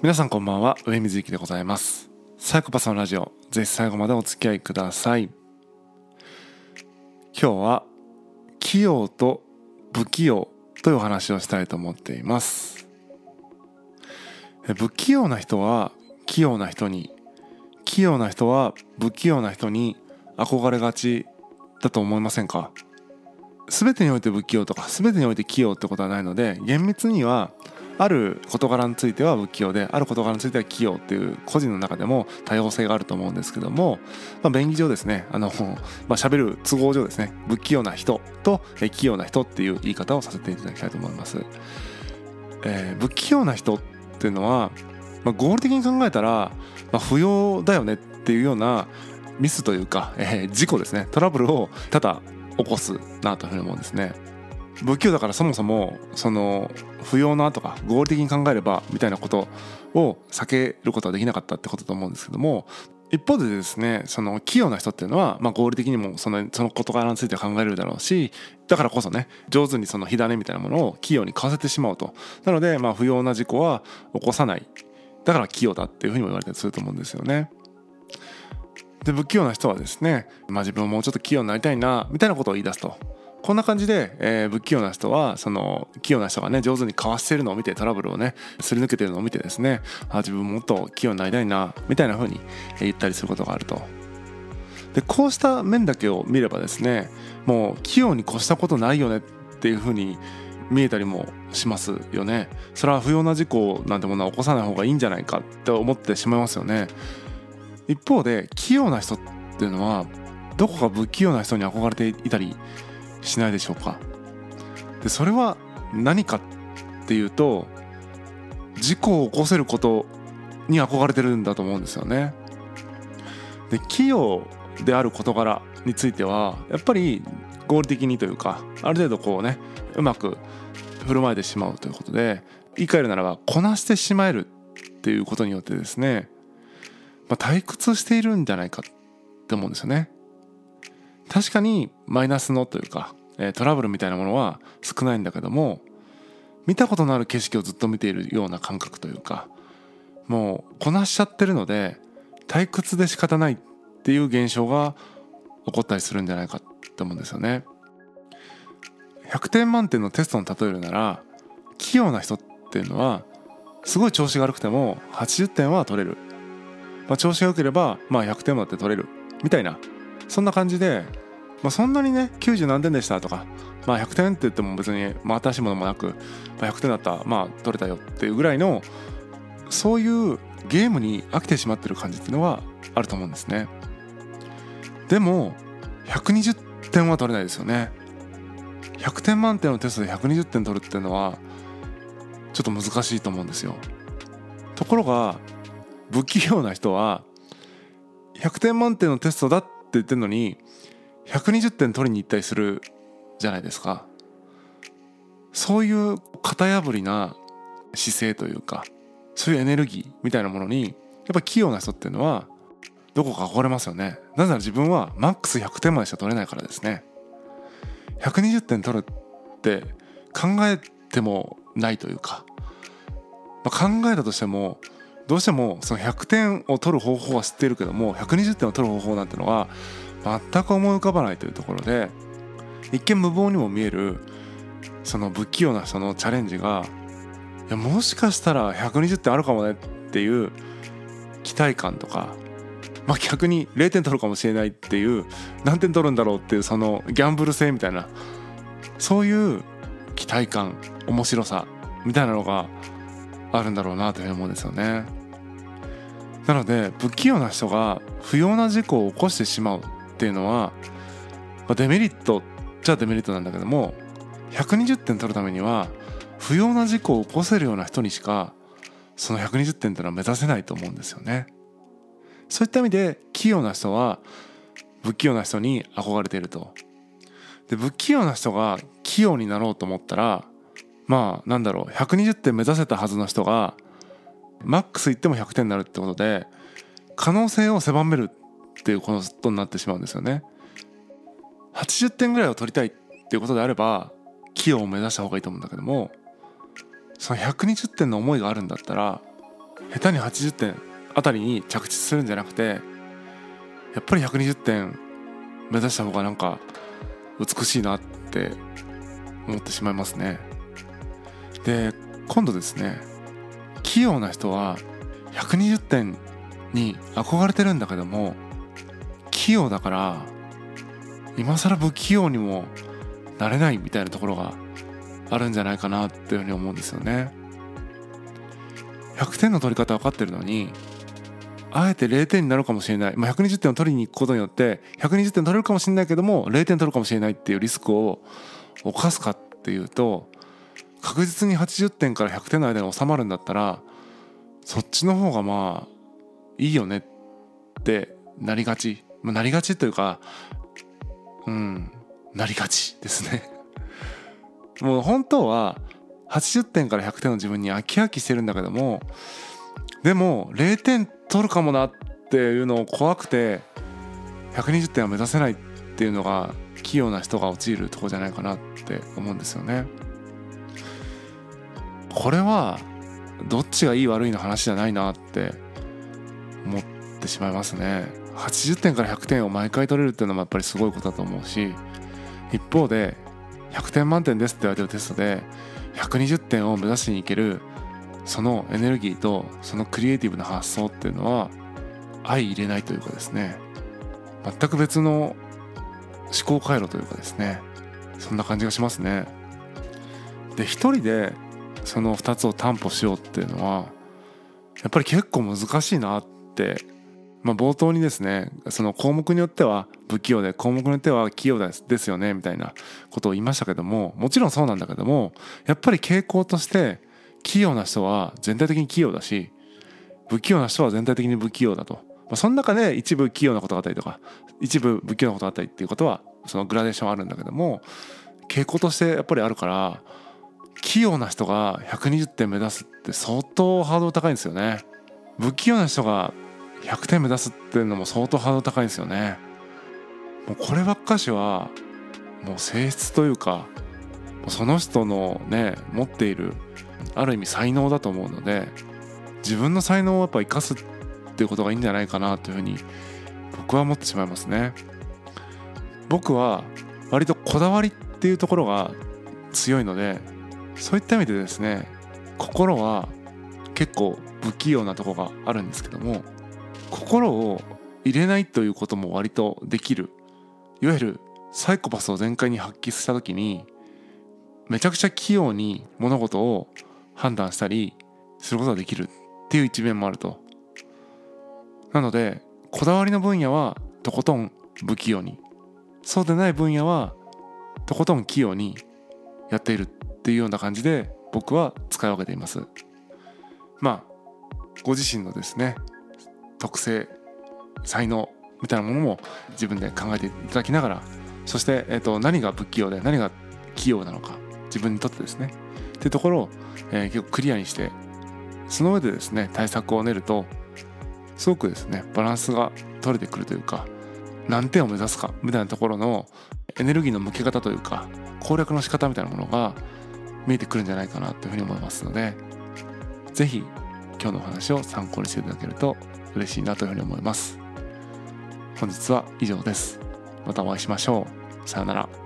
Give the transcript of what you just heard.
皆さんこんばんは、上水幸でございます。サイコパスのラジオ、ぜひ最後までお付き合いください。今日は器用と不器用というお話をしたいと思っています。不器用な人は器用な人に、器用な人は不器用な人に憧れがちだと思いませんか？全てにおいて不器用とか全てにおいて器用ってことはないので、厳密にはある事柄については不器用で、ある事柄については器用っていう個人の中でも多様性があると思うんですけども、便宜上ですね、喋る都合上ですね、不器用な人と器用な人っていう言い方をさせていただきたいと思います。不器用な人っていうのは、合理的に考えたら、不要だよねっていうようなミスというか、事故ですね、トラブルを多々起こすなというふうに思うんですね。不器用だからそもそもその不要なとか合理的に考えればみたいなことを避けることはできなかったってことだと思うんですけども、一方でですね、その器用な人っていうのは、合理的にもその事柄について考えれるだろうし、だからこそね、上手にその火種みたいなものを器用にかわせてしまうと。なので不要な事故は起こさない、だから器用だっていうふうにも言われたりすると思うんですよね。で、不器用な人はですね、自分ももうちょっと器用になりたいなみたいなことを言い出すと。こんな感じで、不器用な人はその器用な人がね、上手にかわしているのを見て、トラブルをねすり抜けているのを見てですね、自分もっと器用になりたいなみたいな風に言ったりすることがあると。で、こうした面だけを見ればですね、もう器用に越したことないよねっていう風に見えたりもしますよね。それは不要な事故なんてものは起こさない方がいいんじゃないかって思ってしまいますよね。一方で器用な人っていうのはどこか不器用な人に憧れていたりしないでしょうか。で、それは何かっていうと、事故を起こせることに憧れてるんだと思うんですよね。で、器用である事柄についてはやっぱり合理的にというか、ある程度こうね、うまく振る舞えてしまうということで、言い換えるならばこなしてしまえるっていうことによってですね、退屈しているんじゃないかって思うんですよね。確かにマイナスのというか、トラブルみたいなものは少ないんだけども、見たことのある景色をずっと見ているような感覚というか、もうこなしちゃってるので退屈で仕方ないっていう現象が起こったりするんじゃないかって思うんですよね。100点満点のテストに例えるなら、器用な人っていうのはすごい調子が悪くても80点は取れる、調子が良ければ100点だって取れるみたいな、そんな感じで、そんなにね90何点でしたとか、100点って言っても別に新しいものもなく、100点だった取れたよっていうぐらいの、そういうゲームに飽きてしまってる感じっていうのはあると思うんですね。でも120点は取れないですよね。100点満点のテストで120点取るっていうのはちょっと難しいと思うんですよ。ところが不器用な人は100点満点のテストだって言ってるのに120点取りに行ったりするじゃないですか。そういう型破りな姿勢というか、そういうエネルギーみたいなものにやっぱ器用な人っていうのはどこか憧れますよね。なぜなら自分はマックス100点までしか取れないからですね。120点取るって考えてもないというか、考えたとしてもどうしてもその100点を取る方法は知っているけども、120点を取る方法なんてのは全く思い浮かばないというところで、一見無謀にも見えるその不器用な人のチャレンジが、いやもしかしたら120点あるかもねっていう期待感とか、逆に0点取るかもしれないっていう、何点取るんだろうっていうそのギャンブル性みたいな、そういう期待感、面白さみたいなのがあるんだろうなというふうに思うんですよね。なので不器用な人が不要な事故を起こしてしまうっていうのは、デメリットじゃデメリットなんだけども、120点取るためには不要な事故を起こせるような人にしかその120点っていうのは目指せないと思うんですよね。そういった意味で器用な人は不器用な人に憧れていると。で、不器用な人が器用になろうと思ったら、120点目指せたはずの人がマックスいっても100点になるってことで、可能性を狭めるっていうことになってしまうんですよね。80点ぐらいを取りたいっていうことであれば器用を目指した方がいいと思うんだけども、その120点の思いがあるんだったら下手に80点あたりに着地するんじゃなくて、やっぱり120点目指した方がなんか美しいなって思ってしまいますね。で、今度ですね、器用な人は120点に憧れてるんだけども、器用だから今更不器用にもなれないみたいなところがあるんじゃないかなっていうふうに思うんですよね。100点の取り方分かってるのに、あえて0点になるかもしれない、120点を取りに行くことによって120点取れるかもしれないけども0点取るかもしれないっていうリスクを冒すかっていうと、確実に80点から100点の間に収まるんだったらそっちの方がまあいいよねってなりがち、なりがちというかなりがちですねもう本当は80点から100点の自分に飽き飽きしてるんだけども、でも0点取るかもなっていうのを怖くて120点は目指せないっていうのが器用な人が陥るところじゃないかなって思うんですよね。これはどっちがいい悪いの話じゃないなって思ってしまいますね。80点から100点を毎回取れるっていうのもやっぱりすごいことだと思うし、一方で100点満点ですって言われてるテストで120点を目指しに行けるそのエネルギーとそのクリエイティブな発想っていうのは相入れないというかですね、全く別の思考回路というかですね、そんな感じがしますね。で、一人でその2つを担保しようっていうのはやっぱり結構難しいなって、冒頭にですね、その項目によっては不器用で項目によっては器用ですよねみたいなことを言いましたけども、もちろんそうなんだけども、やっぱり傾向として器用な人は全体的に器用だし、不器用な人は全体的に不器用だと、その中で一部器用なことがあったりとか一部不器用なことがあったりっていうことはそのグラデーションあるんだけども、傾向としてやっぱりあるから、器用な人が120点目指すって相当ハードル高いんですよね。不器用な人が100点目指すっていうのも相当ハードル高いんですよね。もうこればっかしはもう性質というか、その人のね持っているある意味才能だと思うので、自分の才能をやっぱ生かすっていうことがいいんじゃないかなというふうに僕は思ってしまいますね。僕は割とこだわりっていうところが強いので、そういった意味でですね、心は結構不器用なところがあるんですけども、心を入れないということも割とできる、いわゆるサイコパスを全開に発揮した時にめちゃくちゃ器用に物事を判断したりすることができるっていう一面もあると。なのでこだわりの分野はとことん不器用に、そうでない分野はとことん器用にやっているっていうような感じで僕は使い分けています。ご自身のですね特性、才能みたいなものも自分で考えていただきながら、そして、何が不器用で何が器用なのか自分にとってですねっていうところを、結構クリアにして、その上でですね対策を練るとすごくですねバランスが取れてくるというか、何点を目指すかみたいなところのエネルギーの向け方というか攻略の仕方みたいなものが見えてくるんじゃないかなというふうに思いますので、ぜひ今日のお話を参考にしていただけると嬉しいなというふうに思います。本日は以上です。またお会いしましょう。さようなら。